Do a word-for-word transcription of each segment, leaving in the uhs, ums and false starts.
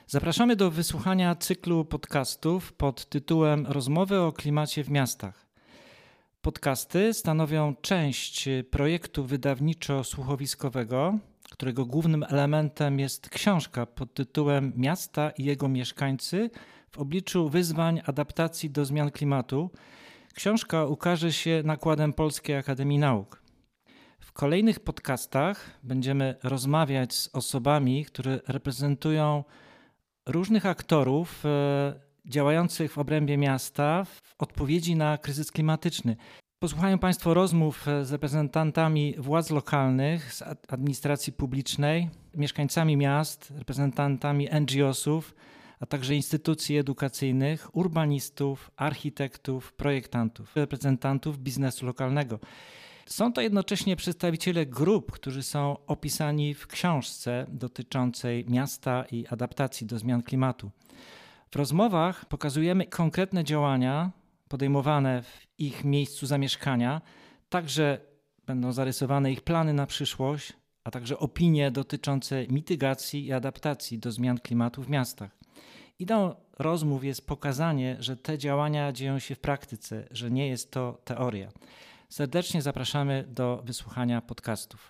Zapraszamy do wysłuchania cyklu podcastów pod tytułem Rozmowy o klimacie w miastach. Podcasty stanowią część projektu wydawniczo-słuchowiskowego, którego głównym elementem jest książka pod tytułem Miasta i jego mieszkańcy w obliczu wyzwań adaptacji do zmian klimatu. Książka ukaże się nakładem Polskiej Akademii Nauk. W kolejnych podcastach będziemy rozmawiać z osobami, które reprezentują różnych aktorów działających w obrębie miasta w odpowiedzi na kryzys klimatyczny. Posłuchają Państwo rozmów z reprezentantami władz lokalnych, z administracji publicznej, mieszkańcami miast, reprezentantami N G O sów, a także instytucji edukacyjnych, urbanistów, architektów, projektantów, reprezentantów biznesu lokalnego. Są to jednocześnie przedstawiciele grup, którzy są opisani w książce dotyczącej miasta i adaptacji do zmian klimatu. W rozmowach pokazujemy konkretne działania podejmowane w ich miejscu zamieszkania, także będą zarysowane ich plany na przyszłość, a także opinie dotyczące mitygacji i adaptacji do zmian klimatu w miastach. Ideą rozmów jest pokazanie, że te działania dzieją się w praktyce, że nie jest to teoria. Serdecznie zapraszamy do wysłuchania podcastów.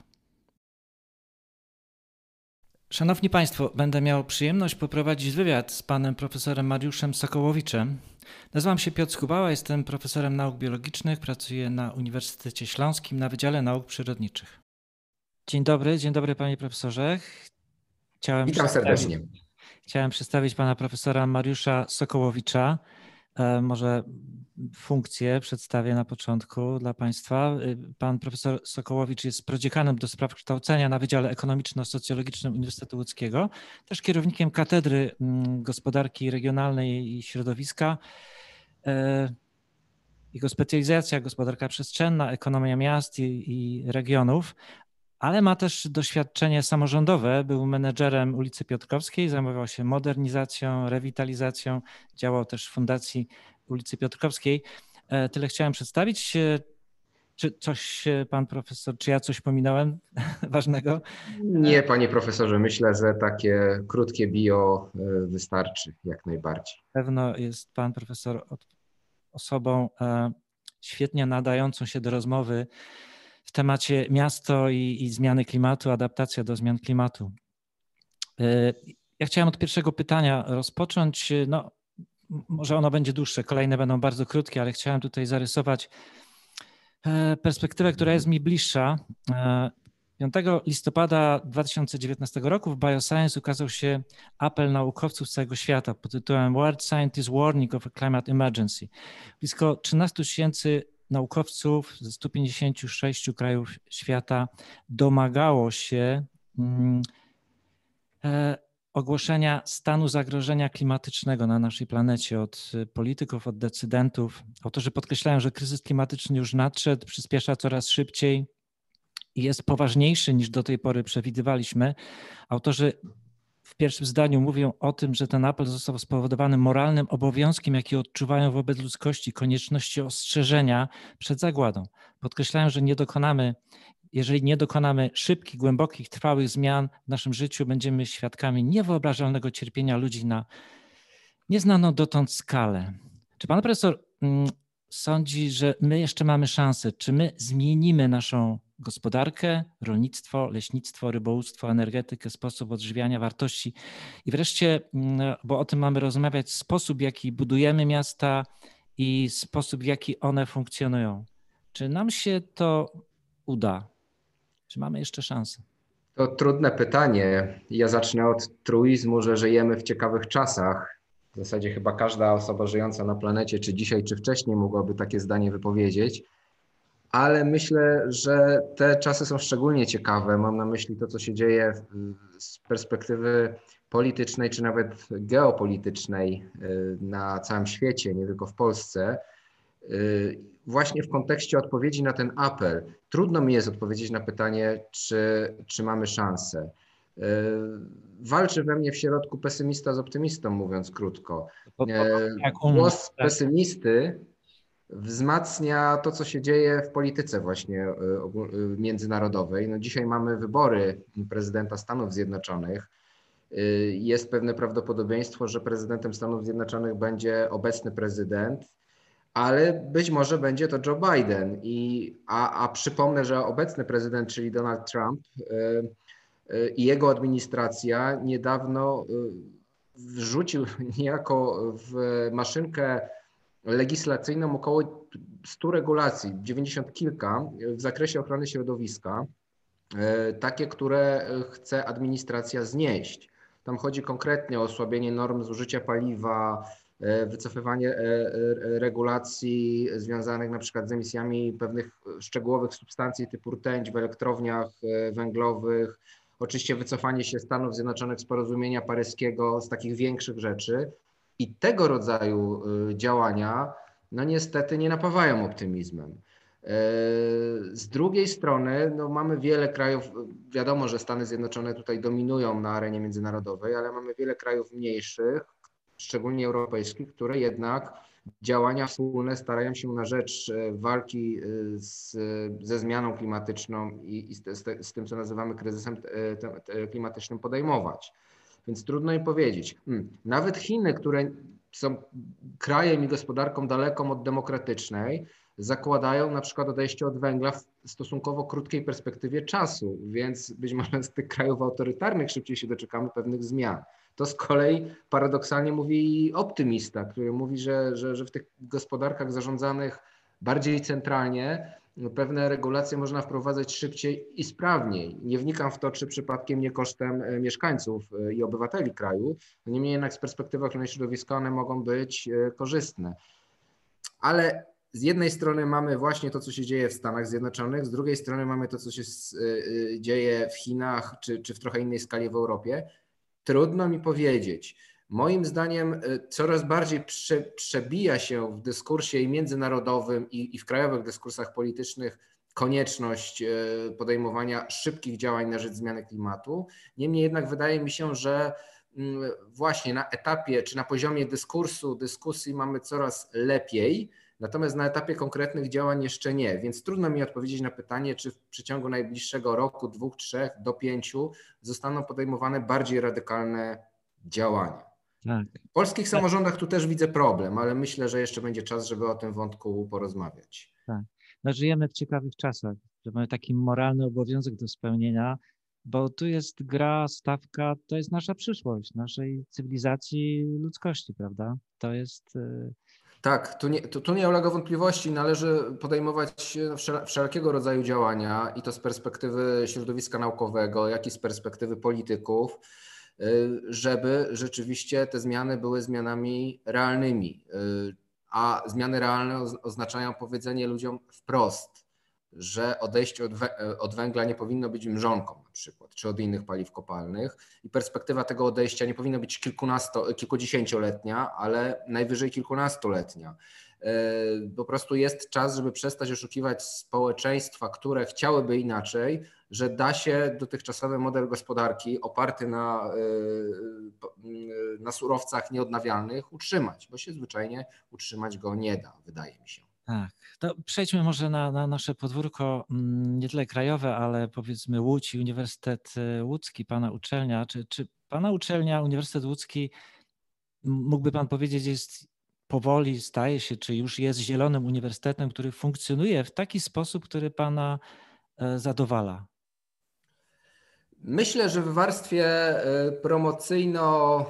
Szanowni Państwo, będę miał przyjemność poprowadzić wywiad z panem profesorem Mariuszem Sokołowiczem. Nazywam się Piotr Skubała, jestem profesorem nauk biologicznych, pracuję na Uniwersytecie Śląskim na Wydziale Nauk Przyrodniczych. Dzień dobry, dzień dobry panie profesorze. Chciałem Witam serdecznie. Chciałem przedstawić pana profesora Mariusza Sokołowicza. Może funkcję przedstawię na początku dla Państwa. Pan profesor Sokołowicz jest prodziekanem do spraw kształcenia na Wydziale Ekonomiczno-Socjologicznym Uniwersytetu Łódzkiego, też kierownikiem Katedry Gospodarki Regionalnej i Środowiska. Jego specjalizacja gospodarka przestrzenna, ekonomia miast i, i regionów, ale ma też doświadczenie samorządowe. Był menedżerem ulicy Piotrkowskiej, zajmował się modernizacją, rewitalizacją, działał też w Fundacji ulicy Piotrkowskiej. Tyle chciałem przedstawić. Czy coś pan profesor, czy ja coś pominąłem ważnego? Nie, panie profesorze, myślę, że takie krótkie bio wystarczy jak najbardziej. Na pewno jest pan profesor osobą świetnie nadającą się do rozmowy w temacie miasto i, i zmiany klimatu, adaptacja do zmian klimatu. Ja chciałem od pierwszego pytania rozpocząć. No, może ono będzie dłuższe, kolejne będą bardzo krótkie, ale chciałem tutaj zarysować perspektywę, która jest mi bliższa. piątego listopada dwa tysiące dziewiętnastego roku w Bioscience ukazał się apel naukowców z całego świata pod tytułem World Scientists Warning of a Climate Emergency. Blisko trzynaście tysięcy naukowców ze stu pięćdziesięciu sześciu krajów świata domagało się mm, e, ogłoszenia stanu zagrożenia klimatycznego na naszej planecie od polityków, od decydentów. Autorzy podkreślają, że kryzys klimatyczny już nadszedł, przyspiesza coraz szybciej i jest poważniejszy niż do tej pory przewidywaliśmy. Autorzy w pierwszym zdaniu mówią o tym, że ten apel został spowodowany moralnym obowiązkiem, jaki odczuwają wobec ludzkości, konieczności ostrzeżenia przed zagładą. Podkreślają, że nie dokonamy, jeżeli nie dokonamy szybkich, głębokich, trwałych zmian w naszym życiu, będziemy świadkami niewyobrażalnego cierpienia ludzi na nieznaną dotąd skalę. Czy pan profesor mm, sądzi, że my jeszcze mamy szansę? Czy my zmienimy naszą gospodarkę, rolnictwo, leśnictwo, rybołówstwo, energetykę, sposób odżywiania, wartości i wreszcie, bo o tym mamy rozmawiać, sposób, w jaki budujemy miasta i sposób, w jaki one funkcjonują. Czy nam się to uda? Czy mamy jeszcze szansę? To trudne pytanie. Ja zacznę od truizmu, że żyjemy w ciekawych czasach. W zasadzie chyba każda osoba żyjąca na planecie, czy dzisiaj, czy wcześniej, mogłaby takie zdanie wypowiedzieć. Ale myślę, że te czasy są szczególnie ciekawe. Mam na myśli to, co się dzieje z perspektywy politycznej, czy nawet geopolitycznej na całym świecie, nie tylko w Polsce. Właśnie w kontekście odpowiedzi na ten apel. Trudno mi jest odpowiedzieć na pytanie, czy, czy mamy szansę. Walczy we mnie w środku pesymista z optymistą, mówiąc krótko. Głos pesymisty wzmacnia to, co się dzieje w polityce właśnie międzynarodowej. No dzisiaj mamy wybory prezydenta Stanów Zjednoczonych. jest pewne prawdopodobieństwo, że prezydentem Stanów Zjednoczonych będzie obecny prezydent, ale być może będzie to Joe Biden. I, a, a przypomnę, że obecny prezydent, czyli Donald Trump i jego administracja niedawno wrzucił niejako w maszynkę legislacyjną około stu regulacji, dziewięćdziesiąt kilka w zakresie ochrony środowiska, takie, które chce administracja znieść. Tam chodzi konkretnie o osłabienie norm zużycia paliwa, wycofywanie regulacji związanych na przykład z emisjami pewnych szczegółowych substancji typu rtęć w elektrowniach węglowych, oczywiście wycofanie się Stanów Zjednoczonych z porozumienia paryskiego, z takich większych rzeczy. I tego rodzaju działania no niestety nie napawają optymizmem. Z drugiej strony no mamy wiele krajów, wiadomo, że Stany Zjednoczone tutaj dominują na arenie międzynarodowej, ale mamy wiele krajów mniejszych, szczególnie europejskich, które jednak działania wspólne starają się na rzecz walki z, ze zmianą klimatyczną i, i z, z, z tym, co nazywamy kryzysem klimatycznym podejmować. Więc trudno im powiedzieć. Nawet Chiny, które są krajem i gospodarką daleką od demokratycznej, zakładają na przykład odejście od węgla w stosunkowo krótkiej perspektywie czasu, więc być może z tych krajów autorytarnych szybciej się doczekamy pewnych zmian. To z kolei paradoksalnie mówi optymista, który mówi, że, że, że w tych gospodarkach zarządzanych bardziej centralnie pewne regulacje można wprowadzać szybciej i sprawniej. Nie wnikam w to, czy przypadkiem nie kosztem mieszkańców i obywateli kraju, niemniej jednak z perspektywy ochrony środowiska one mogą być korzystne. Ale z jednej strony mamy właśnie to, co się dzieje w Stanach Zjednoczonych, z drugiej strony mamy to, co się dzieje w Chinach, czy, czy w trochę innej skali w Europie. Trudno mi powiedzieć. Moim zdaniem coraz bardziej prze, przebija się w dyskursie i międzynarodowym, i, i w krajowych dyskursach politycznych konieczność podejmowania szybkich działań na rzecz zmiany klimatu. Niemniej jednak wydaje mi się, że właśnie na etapie czy na poziomie dyskursu, dyskusji mamy coraz lepiej, natomiast na etapie konkretnych działań jeszcze nie, więc trudno mi odpowiedzieć na pytanie, czy w przeciągu najbliższego roku, dwóch, trzech do pięciu zostaną podejmowane bardziej radykalne działania. Tak. W polskich samorządach tu też widzę problem, ale myślę, że jeszcze będzie czas, żeby o tym wątku porozmawiać. Tak. No, żyjemy w ciekawych czasach, że mamy taki moralny obowiązek do spełnienia, bo tu jest gra, stawka, to jest nasza przyszłość, naszej cywilizacji, ludzkości, prawda? To jest... Tak, tu nie, tu, tu nie ulega wątpliwości, należy podejmować wszelkiego rodzaju działania i to z perspektywy środowiska naukowego, jak i z perspektywy polityków, żeby rzeczywiście te zmiany były zmianami realnymi. A zmiany realne oznaczają powiedzenie ludziom wprost, że odejście od, od węgla nie powinno być mrzonką na przykład, czy od innych paliw kopalnych i perspektywa tego odejścia nie powinna być kilkunasto, kilkudziesięcioletnia, ale najwyżej kilkunastoletnia. Po prostu jest czas, żeby przestać oszukiwać społeczeństwa, które chciałyby inaczej, że da się dotychczasowy model gospodarki oparty na, na surowcach nieodnawialnych utrzymać, bo się zwyczajnie utrzymać go nie da, wydaje mi się. Tak, to przejdźmy może na, na nasze podwórko, nie tyle krajowe, ale powiedzmy Łódź i Uniwersytet Łódzki, pana uczelnia. Czy, czy pana uczelnia, Uniwersytet Łódzki, mógłby pan powiedzieć, jest powoli, staje się, czy już jest zielonym uniwersytetem, który funkcjonuje w taki sposób, który pana zadowala? Myślę, że w warstwie promocyjno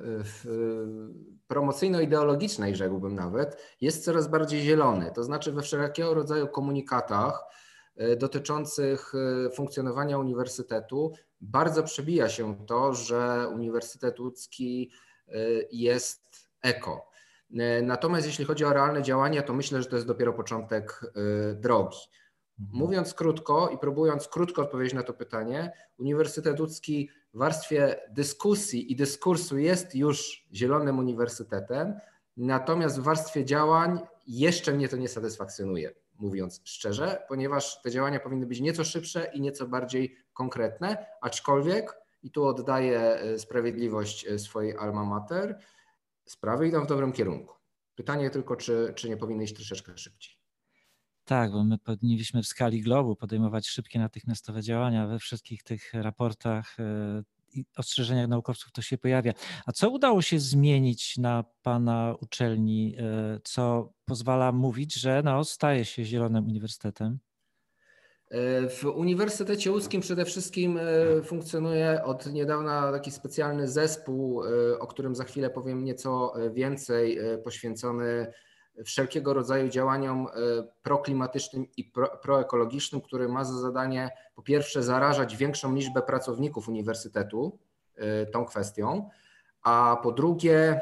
promocyjno-ideologicznej, rzekłbym nawet, jest coraz bardziej zielony. To znaczy we wszelkiego rodzaju komunikatach dotyczących funkcjonowania uniwersytetu bardzo przebija się to, że Uniwersytet Łódzki jest eko. Natomiast jeśli chodzi o realne działania, to myślę, że to jest dopiero początek drogi. Mówiąc krótko i próbując krótko odpowiedzieć na to pytanie, Uniwersytet Łódzki w warstwie dyskusji i dyskursu jest już zielonym uniwersytetem, natomiast w warstwie działań jeszcze mnie to nie satysfakcjonuje, mówiąc szczerze, ponieważ te działania powinny być nieco szybsze i nieco bardziej konkretne, aczkolwiek, i tu oddaję sprawiedliwość swojej alma mater, sprawy idą w dobrym kierunku. Pytanie tylko, czy, czy nie powinny iść troszeczkę szybciej. Tak, bo my powinniśmy w skali globu podejmować szybkie, natychmiastowe działania we wszystkich tych raportach i ostrzeżeniach naukowców to się pojawia. A co udało się zmienić na pana uczelni, co pozwala mówić, że no, staje się zielonym uniwersytetem? W Uniwersytecie Łódzkim przede wszystkim funkcjonuje od niedawna taki specjalny zespół, o którym za chwilę powiem nieco więcej, poświęcony wszelkiego rodzaju działaniom proklimatycznym i pro, proekologicznym, który ma za zadanie po pierwsze zarażać większą liczbę pracowników uniwersytetu tą kwestią, a po drugie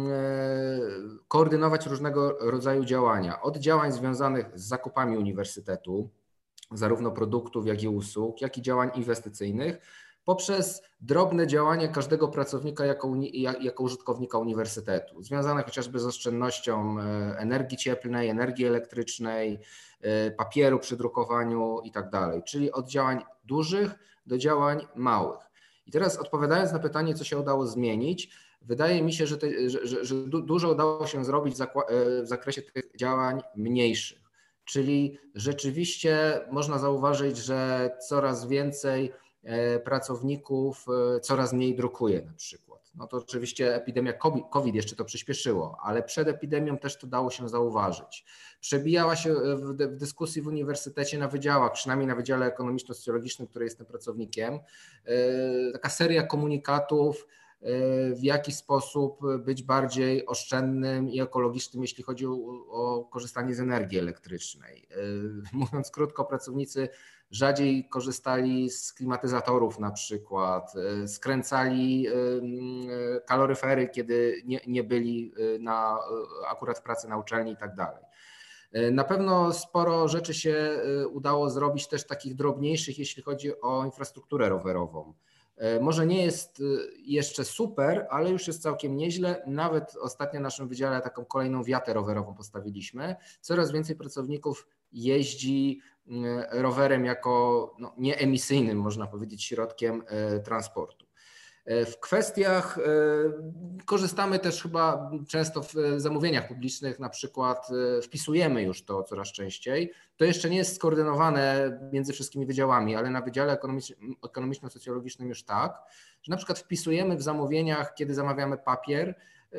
koordynować różnego rodzaju działania. Od działań związanych z zakupami uniwersytetu, zarówno produktów, jak i usług, jak i działań inwestycyjnych, poprzez drobne działania każdego pracownika jako, jako użytkownika uniwersytetu, związane chociażby z oszczędnością energii cieplnej, energii elektrycznej, papieru przy drukowaniu i tak dalej, czyli od działań dużych do działań małych. I teraz odpowiadając na pytanie, co się udało zmienić, wydaje mi się, że, te, że, że, że dużo udało się zrobić w zakresie tych działań mniejszych. Czyli rzeczywiście można zauważyć, że coraz więcej pracowników coraz mniej drukuje na przykład. No to oczywiście epidemia COVID jeszcze to przyspieszyło, ale przed epidemią też to dało się zauważyć. Przebijała się w dyskusji w uniwersytecie na wydziałach, przynajmniej na Wydziale Ekonomiczno-Socjologicznym, który jestem pracownikiem, taka seria komunikatów, w jaki sposób być bardziej oszczędnym i ekologicznym, jeśli chodzi o, o korzystanie z energii elektrycznej. Mówiąc krótko, pracownicy rzadziej korzystali z klimatyzatorów na przykład, skręcali kaloryfery, kiedy nie, nie byli na, akurat w pracy na uczelni i tak dalej. Na pewno sporo rzeczy się udało zrobić też takich drobniejszych, jeśli chodzi o infrastrukturę rowerową. Może nie jest jeszcze super, ale już jest całkiem nieźle. Nawet ostatnio na naszym wydziale taką kolejną wiatę rowerową postawiliśmy. Coraz więcej pracowników jeździ rowerem jako no, nieemisyjnym, można powiedzieć, środkiem transportu. W kwestiach, korzystamy też chyba często w zamówieniach publicznych, na przykład wpisujemy już to coraz częściej. To jeszcze nie jest skoordynowane między wszystkimi wydziałami, ale na Wydziale Ekonomiczno-Socjologicznym już tak, że na przykład wpisujemy w zamówieniach, kiedy zamawiamy papier,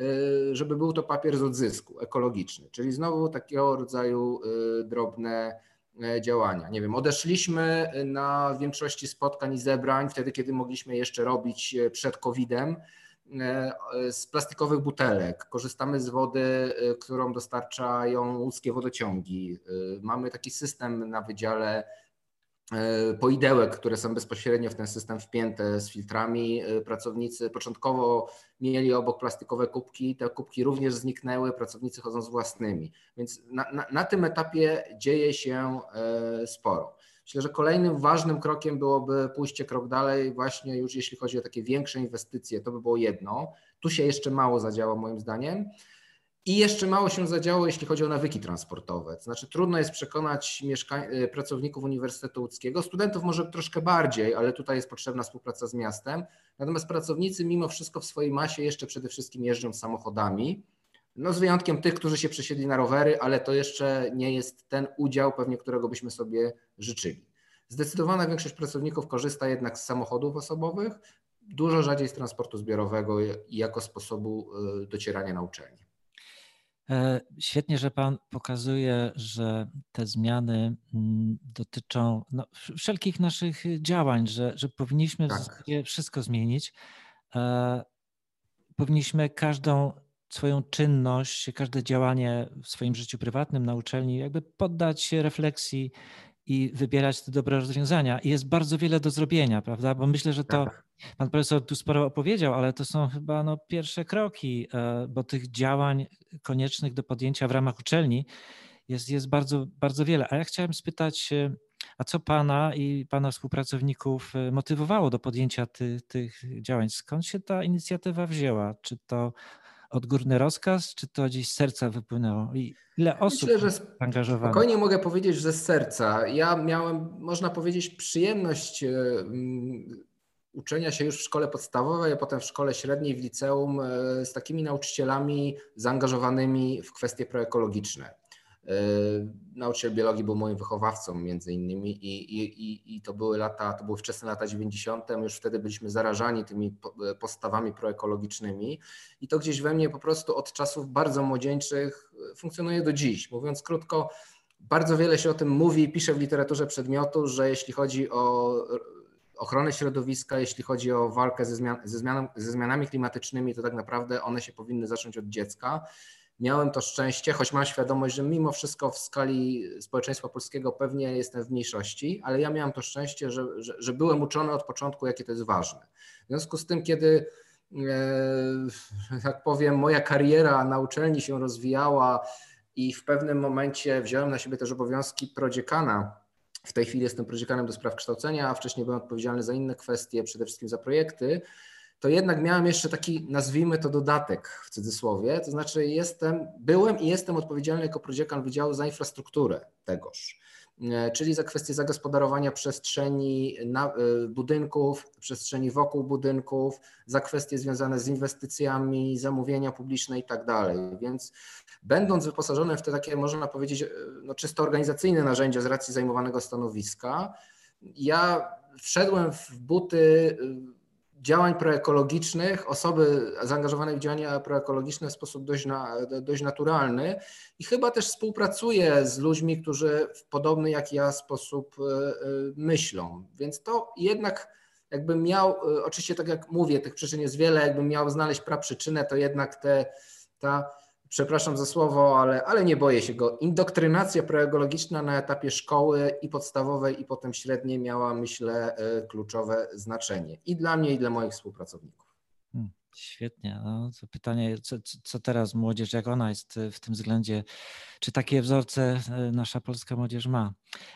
żeby był to papier z odzysku, ekologiczny, czyli znowu takiego rodzaju drobne działania. Nie wiem, odeszliśmy na większości spotkań i zebrań, wtedy kiedy mogliśmy jeszcze robić przed kowidem, z plastikowych butelek. Korzystamy z wody, którą dostarczają łódzkie wodociągi. Mamy taki system na wydziale poidełek, które są bezpośrednio w ten system wpięte z filtrami. Pracownicy początkowo mieli obok plastikowe kubki, te kubki również zniknęły, pracownicy chodzą z własnymi. Więc na, na, na tym etapie dzieje się sporo. Myślę, że kolejnym ważnym krokiem byłoby pójście krok dalej, właśnie już jeśli chodzi o takie większe inwestycje, to by było jedno. Tu się jeszcze mało zadziało moim zdaniem. I jeszcze mało się zadziało, jeśli chodzi o nawyki transportowe. To znaczy trudno jest przekonać mieszkań- pracowników Uniwersytetu Łódzkiego, studentów może troszkę bardziej, ale tutaj jest potrzebna współpraca z miastem. Natomiast pracownicy mimo wszystko w swojej masie jeszcze przede wszystkim jeżdżą samochodami, no z wyjątkiem tych, którzy się przesiedli na rowery, ale to jeszcze nie jest ten udział pewnie, którego byśmy sobie życzyli. Zdecydowana większość pracowników korzysta jednak z samochodów osobowych, dużo rzadziej z transportu zbiorowego jako sposobu docierania na uczelnię. Świetnie, że Pan pokazuje, że te zmiany dotyczą no, wszelkich naszych działań, że, że powinniśmy Tak. w zasadzie wszystko zmienić. Powinniśmy każdą swoją czynność, każde działanie w swoim życiu prywatnym na uczelni jakby poddać się refleksji i wybierać te dobre rozwiązania. I jest bardzo wiele do zrobienia, prawda? Bo myślę, że to Tak. Pan profesor tu sporo opowiedział, ale to są chyba no, pierwsze kroki, bo tych działań koniecznych do podjęcia w ramach uczelni jest, jest bardzo, bardzo wiele. A ja chciałem spytać, a co Pana i Pana współpracowników motywowało do podjęcia ty, tych działań? Skąd się ta inicjatywa wzięła? Czy to odgórny rozkaz, czy to gdzieś z serca wypłynęło? I ile osób Myślę, że zaangażowanych? spokojnie mogę powiedzieć, że z serca. Ja miałem, można powiedzieć, przyjemność uczenia się już w szkole podstawowej, a potem w szkole średniej, w liceum z takimi nauczycielami zaangażowanymi w kwestie proekologiczne. Nauczyciel biologii był moim wychowawcą między innymi i, i, i to były lata, to były wczesne lata dziewięćdziesiąte. My już wtedy byliśmy zarażani tymi postawami proekologicznymi i to gdzieś we mnie po prostu od czasów bardzo młodzieńczych funkcjonuje do dziś. Mówiąc krótko, bardzo wiele się o tym mówi i pisze w literaturze przedmiotu, że jeśli chodzi o ochronę środowiska, jeśli chodzi o walkę ze, zmian, ze, zmianą, ze zmianami klimatycznymi, to tak naprawdę one się powinny zacząć od dziecka. Miałem to szczęście, choć mam świadomość, że mimo wszystko w skali społeczeństwa polskiego pewnie jestem w mniejszości, ale ja miałem to szczęście, że, że, że byłem uczony od początku, jakie to jest ważne. W związku z tym, kiedy e, tak powiem, moja kariera na uczelni się rozwijała i w pewnym momencie wziąłem na siebie też obowiązki prodziekana. W tej chwili jestem prodziekanem do spraw kształcenia, a wcześniej byłem odpowiedzialny za inne kwestie, przede wszystkim za projekty, to jednak miałem jeszcze taki, nazwijmy to, dodatek w cudzysłowie, to znaczy jestem, byłem i jestem odpowiedzialny jako prodziekan Wydziału za infrastrukturę tegoż, czyli za kwestie zagospodarowania przestrzeni na, budynków, przestrzeni wokół budynków, za kwestie związane z inwestycjami, zamówienia publiczne i tak dalej. Więc będąc wyposażonym w te takie, można powiedzieć, no, czysto organizacyjne narzędzia z racji zajmowanego stanowiska, ja wszedłem w buty działań proekologicznych, osoby zaangażowanej w działania proekologiczne w sposób dość, na, dość naturalny i chyba też współpracuję z ludźmi, którzy w podobny jak ja sposób myślą. Więc to jednak jakbym miał, oczywiście tak jak mówię, tych przyczyn jest wiele, jakbym miał znaleźć praprzyczynę, to jednak te, ta, przepraszam za słowo, ale, ale nie boję się go, indoktrynacja proekologiczna na etapie szkoły i podstawowej i potem średniej miała, myślę, kluczowe znaczenie i dla mnie, i dla moich współpracowników. Hmm, świetnie. No, to pytanie, co, co teraz młodzież, jak ona jest w tym względzie, czy takie wzorce nasza polska młodzież ma?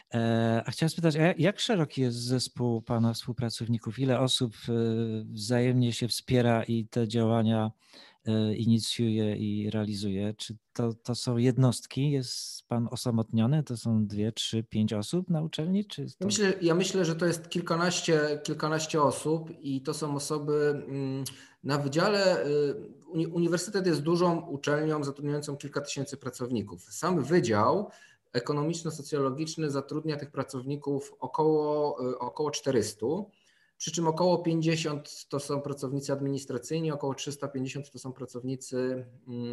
A chciałem spytać, jak szeroki jest zespół pana współpracowników? Ile osób wzajemnie się wspiera i te działania inicjuje i realizuje? Czy to, to są jednostki? Jest pan osamotniony? To są dwie, trzy, pięć osób na uczelni? Czy to... ja, myślę, ja myślę, że to jest kilkanaście, kilkanaście osób i to są osoby na wydziale. Uniwersytet jest dużą uczelnią zatrudniającą kilka tysięcy pracowników. Sam wydział ekonomiczno-socjologiczny zatrudnia tych pracowników około, około czterysta. Przy czym około pięćdziesiąt to są pracownicy administracyjni, około trzysta pięćdziesiąt to są pracownicy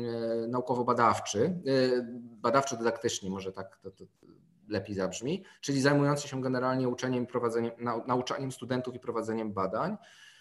naukowo-badawczy, badawczo-dydaktyczni, może tak to, to lepiej zabrzmi, czyli zajmujący się generalnie uczeniem i prowadzeniem, nauczaniem studentów i prowadzeniem badań.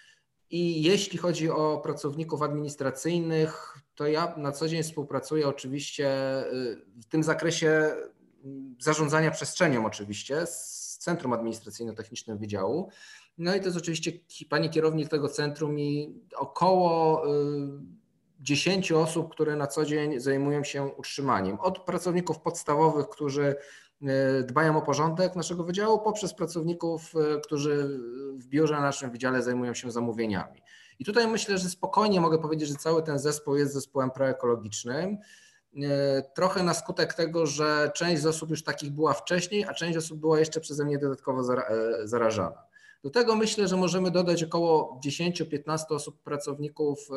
I jeśli chodzi o pracowników administracyjnych, to ja na co dzień współpracuję oczywiście w tym zakresie zarządzania przestrzenią oczywiście z Centrum Administracyjno-Technicznym Wydziału. No i to jest oczywiście pani kierownik tego centrum i około dziesięciu osób, które na co dzień zajmują się utrzymaniem. Od pracowników podstawowych, którzy dbają o porządek naszego wydziału, poprzez pracowników, którzy w biurze na naszym wydziale zajmują się zamówieniami. I tutaj myślę, że spokojnie mogę powiedzieć, że cały ten zespół jest zespołem proekologicznym. Trochę na skutek tego, że część z osób już takich była wcześniej, a część osób była jeszcze przeze mnie dodatkowo zarażana. Do tego myślę, że możemy dodać około dziesięć do piętnastu osób, pracowników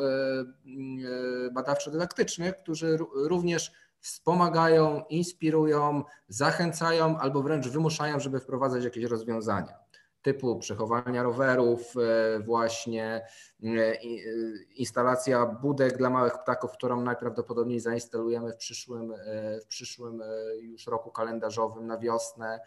badawczo-dydaktycznych, którzy również wspomagają, inspirują, zachęcają albo wręcz wymuszają, żeby wprowadzać jakieś rozwiązania typu przechowania rowerów, właśnie instalacja budek dla małych ptaków, którą najprawdopodobniej zainstalujemy w przyszłym, w przyszłym już roku kalendarzowym na wiosnę.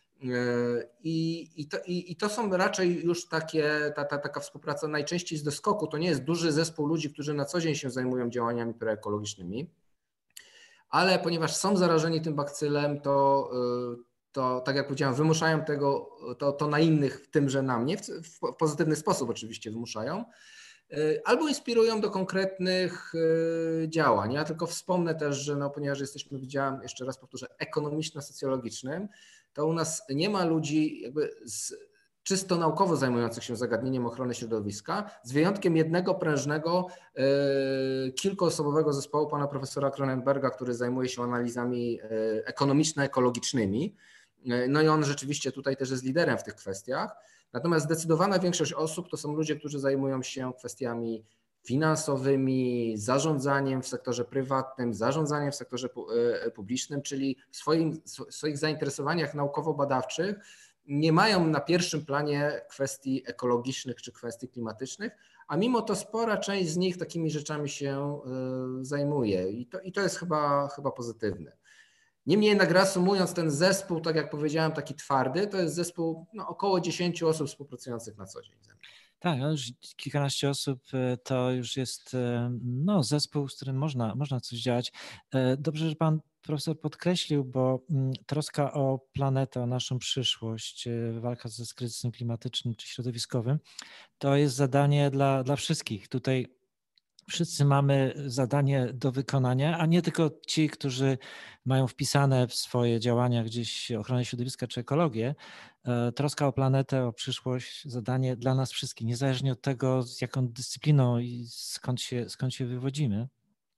I, i, to, i, I to są raczej już takie, ta, ta, taka współpraca najczęściej z doskoku. To nie jest duży zespół ludzi, którzy na co dzień się zajmują działaniami proekologicznymi, ale ponieważ są zarażeni tym bakcylem, to, to tak jak powiedziałem, wymuszają tego, to, to na innych, w tym, że na mnie, w, w pozytywny sposób oczywiście wymuszają, albo inspirują do konkretnych działań. Ja tylko wspomnę też, że no, ponieważ jesteśmy wydziałem, jeszcze raz powtórzę, ekonomiczno-socjologicznym, to u nas nie ma ludzi jakby z, czysto naukowo zajmujących się zagadnieniem ochrony środowiska, z wyjątkiem jednego prężnego, yy, kilkuosobowego zespołu pana profesora Cronenberga, który zajmuje się analizami yy, ekonomiczno-ekologicznymi. Yy, no i on rzeczywiście tutaj też jest liderem w tych kwestiach. Natomiast zdecydowana większość osób to są ludzie, którzy zajmują się kwestiami finansowymi, zarządzaniem w sektorze prywatnym, zarządzaniem w sektorze publicznym, czyli w swoim, w swoich zainteresowaniach naukowo-badawczych nie mają na pierwszym planie kwestii ekologicznych czy kwestii klimatycznych, a mimo to spora część z nich takimi rzeczami się zajmuje i to, i to jest chyba, chyba pozytywne. Niemniej jednak reasumując, ten zespół, tak jak powiedziałem, taki twardy, to jest zespół no, około dziesięciu osób współpracujących na co dzień. Tak, no już kilkanaście osób to już jest no, zespół, z którym można, można coś działać. Dobrze, że pan profesor podkreślił, bo troska o planetę, o naszą przyszłość, walka z kryzysem klimatycznym czy środowiskowym, to jest zadanie dla, dla wszystkich. Tutaj wszyscy mamy zadanie do wykonania, a nie tylko ci, którzy mają wpisane w swoje działania gdzieś ochronę środowiska czy ekologię. Troska o planetę, o przyszłość, zadanie dla nas wszystkich, niezależnie od tego, z jaką dyscypliną i skąd się, skąd się wywodzimy.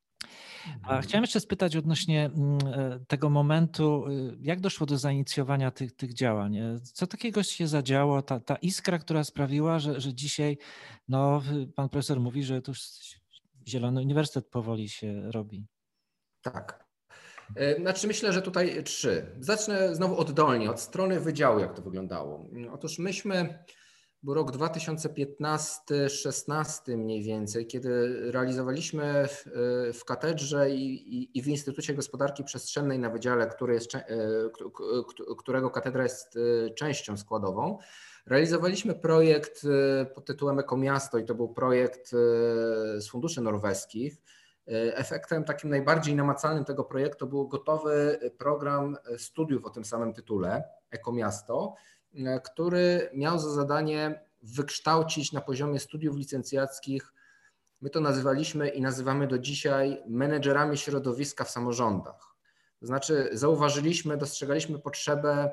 A chciałem jeszcze spytać odnośnie tego momentu, jak doszło do zainicjowania tych, tych działań? Co takiego się zadziało, ta, ta iskra, która sprawiła, że, że dzisiaj, no, pan profesor mówi, że to już Zielony Uniwersytet powoli się robi. Tak. Znaczy myślę, że tutaj trzy. Zacznę znowu oddolnie, od strony wydziału, jak to wyglądało. Otóż myśmy, był rok dwa tysiące piętnasty szesnasty mniej więcej, kiedy realizowaliśmy w, w katedrze i, i, i w Instytucie Gospodarki Przestrzennej na wydziale, który jest, którego katedra jest częścią składową, realizowaliśmy projekt pod tytułem Ekomiasto i to był projekt z funduszy norweskich. Efektem takim najbardziej namacalnym tego projektu był gotowy program studiów o tym samym tytule, Ekomiasto, który miał za zadanie wykształcić na poziomie studiów licencjackich, my to nazywaliśmy i nazywamy do dzisiaj menedżerami środowiska w samorządach. To znaczy zauważyliśmy, dostrzegaliśmy potrzebę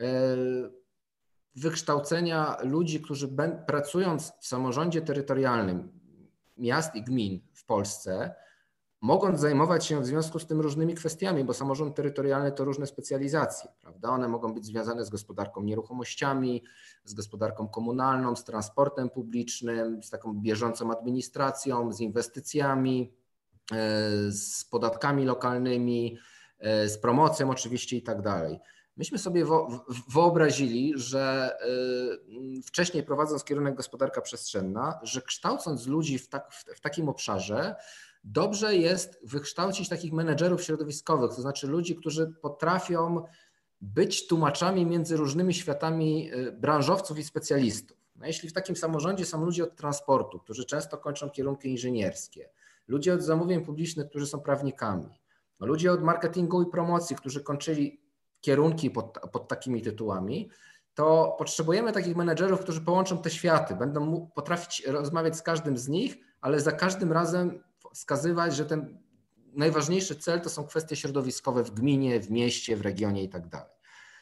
wykształcenia ludzi, którzy pracując w samorządzie terytorialnym miast i gmin w Polsce, mogąc zajmować się w związku z tym różnymi kwestiami, bo samorząd terytorialny to różne specjalizacje, prawda? One mogą być związane z gospodarką nieruchomościami, z gospodarką komunalną, z transportem publicznym, z taką bieżącą administracją, z inwestycjami, z podatkami lokalnymi, z promocją oczywiście i tak dalej. Myśmy sobie wyobrazili, że wcześniej prowadząc kierunek gospodarka przestrzenna, że kształcąc ludzi w, tak, w takim obszarze, dobrze jest wykształcić takich menedżerów środowiskowych, to znaczy ludzi, którzy potrafią być tłumaczami między różnymi światami branżowców i specjalistów. No jeśli w takim samorządzie są ludzie od transportu, którzy często kończą kierunki inżynierskie, ludzie od zamówień publicznych, którzy są prawnikami, no ludzie od marketingu i promocji, którzy kończyli kierunki pod, pod takimi tytułami, to potrzebujemy takich menedżerów, którzy połączą te światy, będą potrafić rozmawiać z każdym z nich, ale za każdym razem wskazywać, że ten najważniejszy cel to są kwestie środowiskowe w gminie, w mieście, w regionie i tak dalej.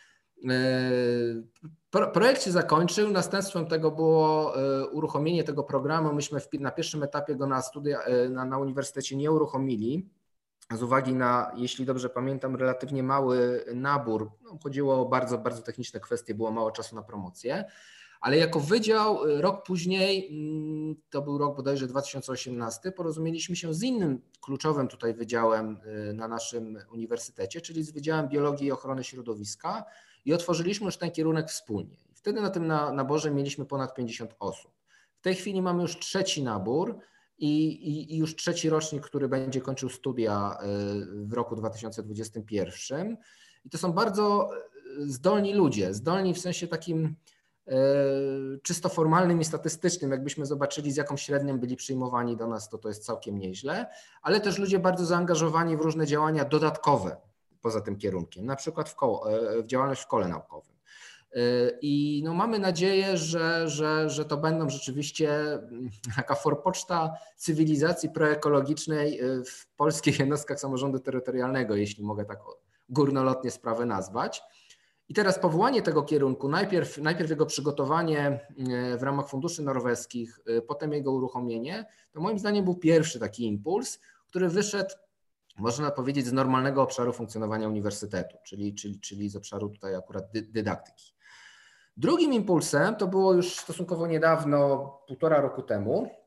Projekt się zakończył, następstwem tego było uruchomienie tego programu. Myśmy na pierwszym etapie go na studia na, na uniwersytecie nie uruchomili z uwagi na, jeśli dobrze pamiętam, relatywnie mały nabór. No, chodziło o bardzo, bardzo techniczne kwestie, było mało czasu na promocję. Ale jako wydział rok później, to był rok bodajże dwa tysiące osiemnasty, porozumieliśmy się z innym kluczowym tutaj wydziałem na naszym uniwersytecie, czyli z Wydziałem Biologii i Ochrony Środowiska i otworzyliśmy już ten kierunek wspólnie. Wtedy na tym naborze mieliśmy ponad pięćdziesiąt osób. W tej chwili mamy już trzeci nabór i, i, i już trzeci rocznik, który będzie kończył studia w roku dwa tysiące dwudziestym pierwszym. I to są bardzo zdolni ludzie, zdolni w sensie takim czysto formalnym i statystycznym, jakbyśmy zobaczyli, z jaką średnią byli przyjmowani do nas, to to jest całkiem nieźle, ale też ludzie bardzo zaangażowani w różne działania dodatkowe poza tym kierunkiem, na przykład w, koło, w działalność w kole naukowym. I no mamy nadzieję, że, że, że to będą rzeczywiście taka forpoczta cywilizacji proekologicznej w polskich jednostkach samorządu terytorialnego, jeśli mogę tak górnolotnie sprawę nazwać. I teraz powołanie tego kierunku, najpierw, najpierw jego przygotowanie w ramach funduszy norweskich, potem jego uruchomienie, to moim zdaniem był pierwszy taki impuls, który wyszedł, można powiedzieć, z normalnego obszaru funkcjonowania uniwersytetu, czyli, czyli, czyli z obszaru tutaj akurat dy, dydaktyki. Drugim impulsem to było już stosunkowo niedawno, półtora roku temu,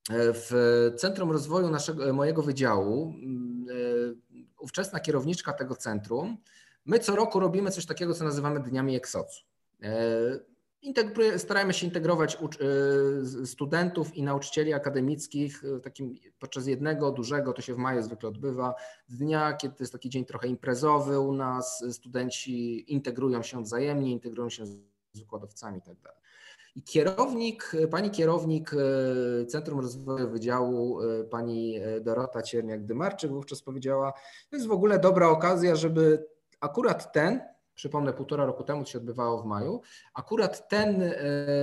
w Centrum Rozwoju naszego, mojego wydziału, ówczesna kierowniczka tego centrum, my co roku robimy coś takiego, co nazywamy Dniami Eksocu. Staramy się integrować studentów i nauczycieli akademickich takim, podczas jednego dużego, to się w maju zwykle odbywa, dnia, kiedy to jest taki dzień trochę imprezowy u nas, studenci integrują się wzajemnie, integrują się z wykładowcami i tak dalej. I kierownik, pani kierownik Centrum Rozwoju Wydziału, pani Dorota Cierniak-Dymarczyk wówczas powiedziała, to jest w ogóle dobra okazja, żeby akurat ten, przypomnę, półtora roku temu to się odbywało w maju, akurat ten,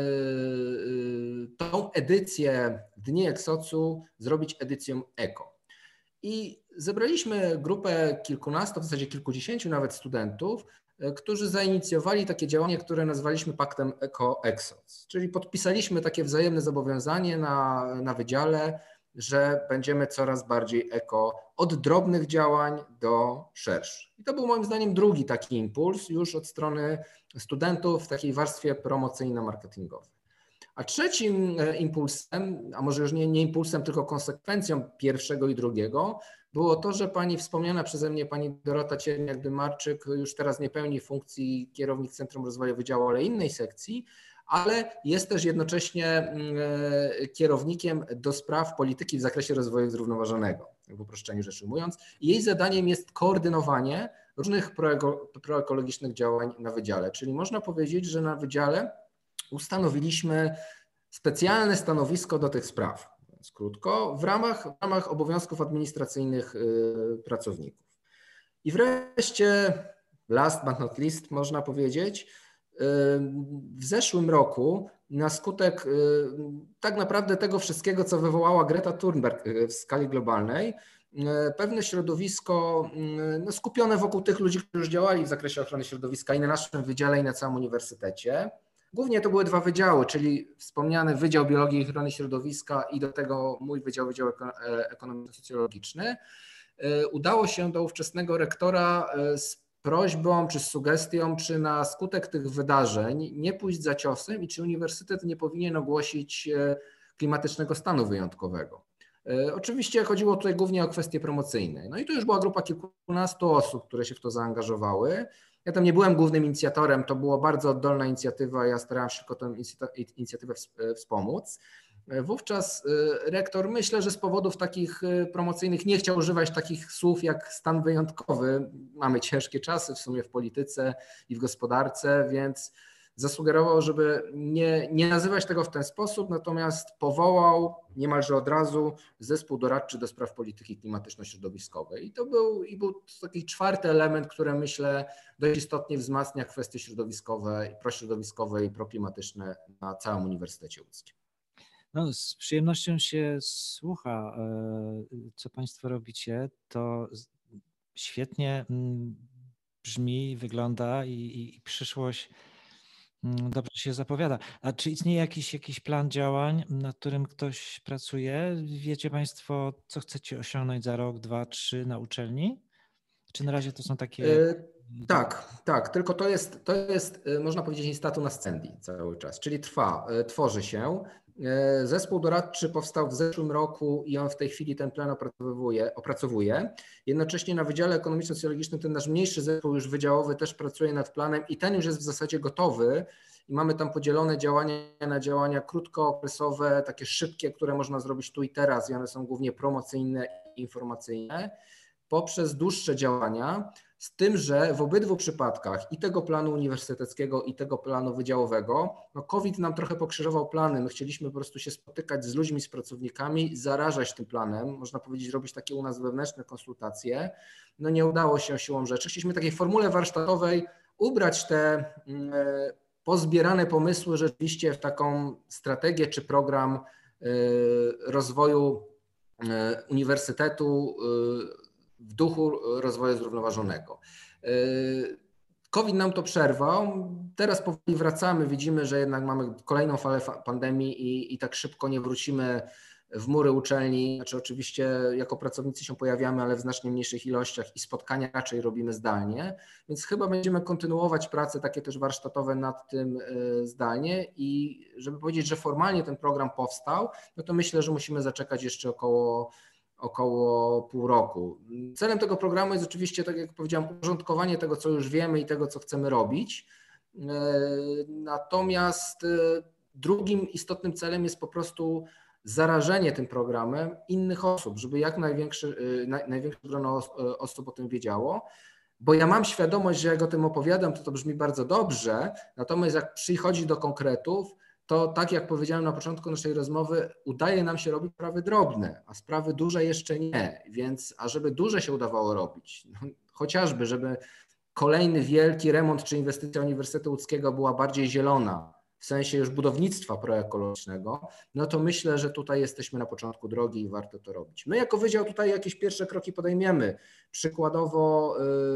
tą edycję Dni Eksocu zrobić edycją eko. I zebraliśmy grupę kilkunastu, w zasadzie kilkudziesięciu nawet studentów, którzy zainicjowali takie działanie, które nazwaliśmy Paktem Eko-Eksoc, czyli podpisaliśmy takie wzajemne zobowiązanie na, na wydziale, że będziemy coraz bardziej eko, od drobnych działań do szerszych. I to był moim zdaniem drugi taki impuls już od strony studentów w takiej warstwie promocyjno-marketingowej. A trzecim impulsem, a może już nie, nie impulsem, tylko konsekwencją pierwszego i drugiego, było to, że pani wspomniana przeze mnie, pani Dorota Cierniak-Dymarczyk już teraz nie pełni funkcji kierownik Centrum Rozwoju Wydziału, ale innej sekcji, ale jest też jednocześnie kierownikiem do spraw polityki w zakresie rozwoju zrównoważonego, w uproszczeniu rzecz ujmując. I jej zadaniem jest koordynowanie różnych proekologicznych działań na wydziale. Czyli można powiedzieć, że na wydziale ustanowiliśmy specjalne stanowisko do tych spraw, mówiąc krótko, w ramach, w ramach obowiązków administracyjnych pracowników. I wreszcie, last but not least, można powiedzieć, w zeszłym roku na skutek tak naprawdę tego wszystkiego, co wywołała Greta Thunberg w skali globalnej, pewne środowisko no, skupione wokół tych ludzi, którzy już działali w zakresie ochrony środowiska i na naszym wydziale, i na całym uniwersytecie. Głównie to były dwa wydziały, czyli wspomniany Wydział Biologii i Ochrony Środowiska i do tego mój wydział, Wydział Ekonomiczno-Socjologiczny. Udało się do ówczesnego rektora z prośbą czy z sugestią, czy na skutek tych wydarzeń nie pójść za ciosem i czy uniwersytet nie powinien ogłosić klimatycznego stanu wyjątkowego. Oczywiście chodziło tutaj głównie o kwestie promocyjne. No i to już była grupa kilkunastu osób, które się w to zaangażowały. Ja tam nie byłem głównym inicjatorem, to była bardzo oddolna inicjatywa, ja starałem się tylko tę inicjatywę wspomóc. Wówczas rektor, myślę, że z powodów takich promocyjnych nie chciał używać takich słów jak stan wyjątkowy. Mamy ciężkie czasy w sumie w polityce i w gospodarce, więc zasugerował, żeby nie, nie nazywać tego w ten sposób, natomiast powołał niemalże od razu zespół doradczy do spraw polityki klimatyczno-środowiskowej. I to był, i był taki czwarty element, który myślę dość istotnie wzmacnia kwestie środowiskowe, prośrodowiskowe i proklimatyczne na całym Uniwersytecie Łódzkim. No, z przyjemnością się słucha, co Państwo robicie. To świetnie brzmi, wygląda i, i, i przyszłość dobrze się zapowiada. A czy istnieje jakiś, jakiś plan działań, nad którym ktoś pracuje? Wiecie Państwo, co chcecie osiągnąć za rok, dwa, trzy na uczelni? Czy na razie to są takie... Yy, tak, tak, tylko to jest, to jest, można powiedzieć, instatu nascendi cały czas, czyli trwa, tworzy się. Zespół doradczy powstał w zeszłym roku i on w tej chwili ten plan opracowuje. opracowuje. Jednocześnie na Wydziale Ekonomiczno-Socjologicznym ten nasz mniejszy zespół już wydziałowy też pracuje nad planem i ten już jest w zasadzie gotowy i mamy tam podzielone działania na działania krótkookresowe, takie szybkie, które można zrobić tu i teraz i one są głównie promocyjne i informacyjne, poprzez dłuższe działania, z tym, że w obydwu przypadkach i tego planu uniwersyteckiego i tego planu wydziałowego, no COVID nam trochę pokrzyżował plany. My chcieliśmy po prostu się spotykać z ludźmi, z pracownikami, zarażać tym planem, można powiedzieć robić takie u nas wewnętrzne konsultacje. No nie udało się siłą rzeczy. Chcieliśmy w takiej formule warsztatowej ubrać te pozbierane pomysły rzeczywiście w taką strategię czy program rozwoju uniwersytetu w duchu rozwoju zrównoważonego. COVID nam to przerwał, teraz powoli wracamy, widzimy, że jednak mamy kolejną falę pandemii i, i tak szybko nie wrócimy w mury uczelni, znaczy oczywiście jako pracownicy się pojawiamy, ale w znacznie mniejszych ilościach i spotkania raczej robimy zdalnie, więc chyba będziemy kontynuować prace takie też warsztatowe nad tym zdalnie i żeby powiedzieć, że formalnie ten program powstał, no to myślę, że musimy zaczekać jeszcze około około pół roku. Celem tego programu jest oczywiście, tak jak powiedziałem, uporządkowanie tego, co już wiemy i tego, co chcemy robić. Natomiast drugim istotnym celem jest po prostu zarażenie tym programem innych osób, żeby jak największe, największe grono osób o tym wiedziało. Bo ja mam świadomość, że jak o tym opowiadam, to to brzmi bardzo dobrze, natomiast jak przychodzi do konkretów, to tak jak powiedziałem na początku naszej rozmowy, udaje nam się robić sprawy drobne, a sprawy duże jeszcze nie. Więc, a żeby duże się udawało robić, no, chociażby, żeby kolejny wielki remont czy inwestycja Uniwersytetu Łódzkiego była bardziej zielona, w sensie już budownictwa proekologicznego, no to myślę, że tutaj jesteśmy na początku drogi i warto to robić. My jako wydział tutaj jakieś pierwsze kroki podejmiemy. Przykładowo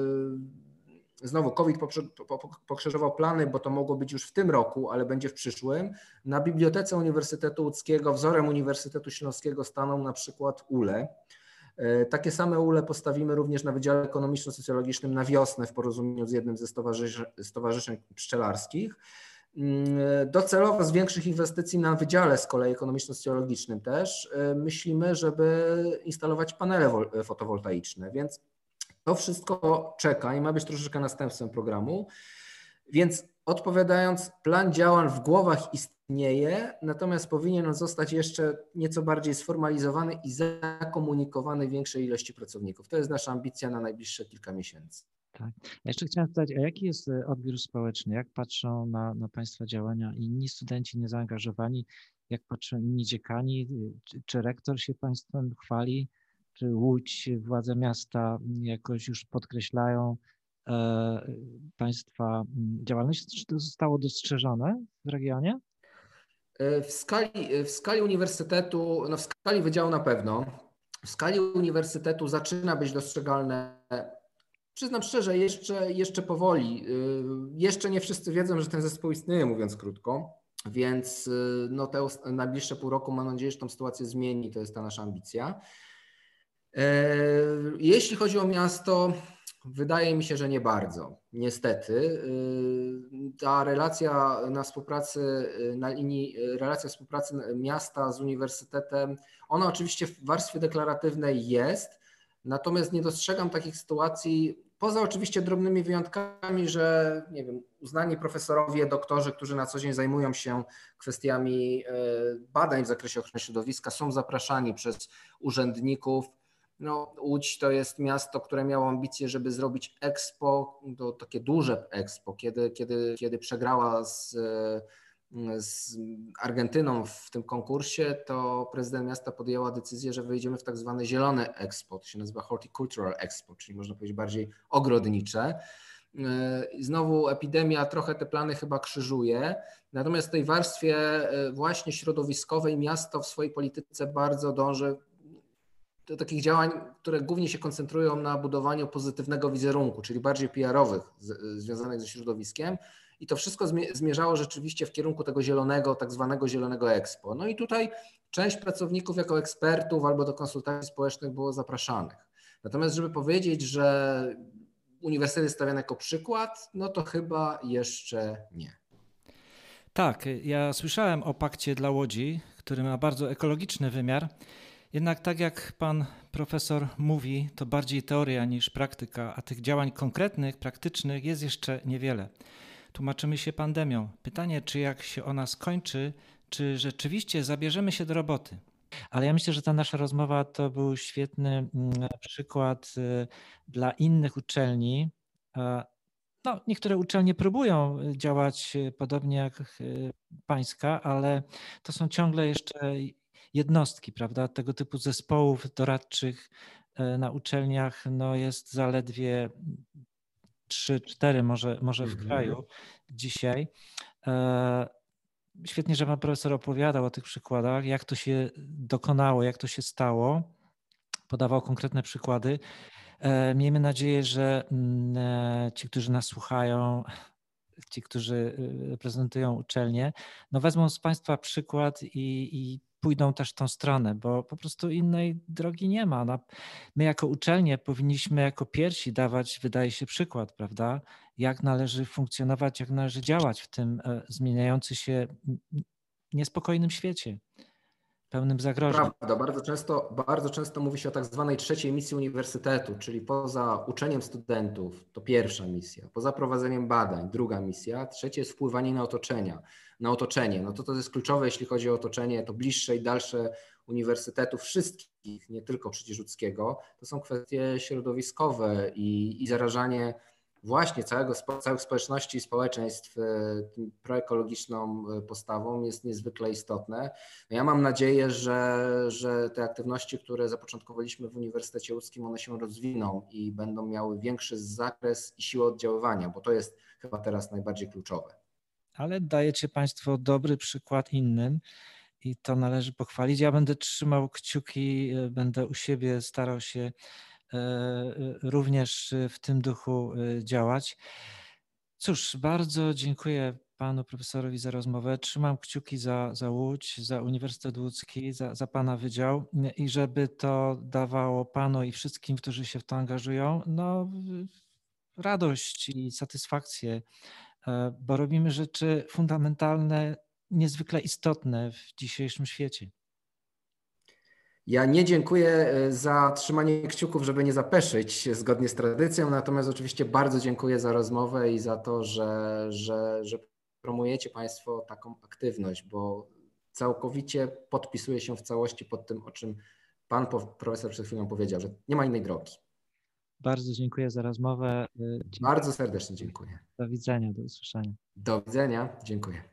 yy, znowu COVID pokrzyżował plany, bo to mogło być już w tym roku, ale będzie w przyszłym. Na Bibliotece Uniwersytetu Łódzkiego wzorem Uniwersytetu Śląskiego staną na przykład U L E. Takie same U L E postawimy również na Wydziale Ekonomiczno-Socjologicznym na wiosnę w porozumieniu z jednym ze stowarzyszeń, stowarzyszeń pszczelarskich. Docelowo z większych inwestycji na Wydziale z kolei Ekonomiczno-Socjologicznym też myślimy, żeby instalować panele fotowoltaiczne, więc to wszystko czeka i ma być troszeczkę następstwem programu. Więc odpowiadając, plan działań w głowach istnieje, natomiast powinien on zostać jeszcze nieco bardziej sformalizowany i zakomunikowany większej ilości pracowników. To jest nasza ambicja na najbliższe kilka miesięcy. Tak. Ja jeszcze chciałem zapytać, a jaki jest odbiór społeczny? Jak patrzą na, na Państwa działania inni studenci niezaangażowani? Jak patrzą inni dziekani? Czy, czy rektor się Państwem chwali? Czy Łódź, władze miasta jakoś już podkreślają e, Państwa działalność? Czy to zostało dostrzeżone w regionie? W skali, w skali uniwersytetu, no w skali wydziału na pewno, w skali uniwersytetu zaczyna być dostrzegalne. Przyznam szczerze, jeszcze, jeszcze powoli. Jeszcze nie wszyscy wiedzą, że ten zespół istnieje, mówiąc krótko, więc no te najbliższe pół roku mam nadzieję, że tą sytuację zmieni, to jest ta nasza ambicja. Jeśli chodzi o miasto, wydaje mi się, że nie bardzo, niestety. Ta relacja na współpracy, na linii, relacja współpracy miasta z uniwersytetem, ona oczywiście w warstwie deklaratywnej jest, natomiast nie dostrzegam takich sytuacji, poza oczywiście drobnymi wyjątkami, że nie wiem, uznani profesorowie, doktorzy, którzy na co dzień zajmują się kwestiami badań w zakresie ochrony środowiska, są zapraszani przez urzędników. No, Łódź to jest miasto, które miało ambicje, żeby zrobić Expo, to takie duże Expo, kiedy, kiedy, kiedy przegrała z, z Argentyną w tym konkursie, to prezydent miasta podjęła decyzję, że wejdziemy w tak zwane zielone Expo, to się nazywa Horticultural Expo, czyli można powiedzieć bardziej ogrodnicze. Znowu epidemia trochę te plany chyba krzyżuje, natomiast w tej warstwie właśnie środowiskowej miasto w swojej polityce bardzo dąży do takich działań, które głównie się koncentrują na budowaniu pozytywnego wizerunku, czyli bardziej P R-owych z, związanych ze środowiskiem i to wszystko zmierzało rzeczywiście w kierunku tego zielonego, tak zwanego zielonego Expo. No i tutaj część pracowników jako ekspertów albo do konsultacji społecznych było zapraszanych. Natomiast żeby powiedzieć, że uniwersytet jest stawiany jako przykład, no to chyba jeszcze nie. Tak, ja słyszałem o pakcie dla Łodzi, który ma bardzo ekologiczny wymiar. Jednak tak jak pan profesor mówi, to bardziej teoria niż praktyka, a tych działań konkretnych, praktycznych jest jeszcze niewiele. Tłumaczymy się pandemią. Pytanie, czy jak się ona skończy, czy rzeczywiście zabierzemy się do roboty? Ale ja myślę, że ta nasza rozmowa to był świetny przykład dla innych uczelni. No, niektóre uczelnie próbują działać podobnie jak pańska, ale to są ciągle jeszcze jednostki, prawda? Tego typu zespołów doradczych na uczelniach no jest zaledwie trzy, cztery może, może w kraju dzisiaj. Świetnie, że pan profesor opowiadał o tych przykładach, jak to się dokonało, jak to się stało. Podawał konkretne przykłady. Miejmy nadzieję, że ci, którzy nas słuchają, ci, którzy reprezentują uczelnie, no wezmą z państwa przykład i, i pójdą też w tą stronę, bo po prostu innej drogi nie ma. No, my jako uczelnie powinniśmy jako pierwsi dawać, wydaje się, przykład, prawda? Jak należy funkcjonować, jak należy działać w tym zmieniającym się niespokojnym świecie, pełnym zagrożeń. Prawda, bardzo często, bardzo często mówi się o tak zwanej trzeciej misji uniwersytetu, czyli poza uczeniem studentów, to pierwsza misja, poza prowadzeniem badań, druga misja, trzecie jest wpływanie na otoczenia, na otoczenie. No to to jest kluczowe, jeśli chodzi o otoczenie, to bliższe i dalsze uniwersytetów wszystkich, nie tylko Przydzieszuckiego, to są kwestie środowiskowe i, i zarażanie właśnie całego, całych społeczności i społeczeństw tym proekologiczną postawą jest niezwykle istotne. Ja mam nadzieję, że, że te aktywności, które zapoczątkowaliśmy w Uniwersytecie Łódzkim, one się rozwiną i będą miały większy zakres i siłę oddziaływania, bo to jest chyba teraz najbardziej kluczowe. Ale dajecie Państwo dobry przykład innym i to należy pochwalić. Ja będę trzymał kciuki, będę u siebie starał się również w tym duchu działać. Cóż, bardzo dziękuję panu profesorowi za rozmowę. Trzymam kciuki za, za Łódź, za Uniwersytet Łódzki, za, za pana wydział i żeby to dawało panu i wszystkim, którzy się w to angażują, no, radość i satysfakcję, bo robimy rzeczy fundamentalne, niezwykle istotne w dzisiejszym świecie. Ja nie dziękuję za trzymanie kciuków, żeby nie zapeszyć zgodnie z tradycją, natomiast oczywiście bardzo dziękuję za rozmowę i za to, że, że, że promujecie Państwo taką aktywność, bo całkowicie podpisuję się w całości pod tym, o czym Pan profesor przed chwilą powiedział, że nie ma innej drogi. Bardzo dziękuję za rozmowę. Bardzo serdecznie dziękuję. Do widzenia, do usłyszenia. Do widzenia, dziękuję.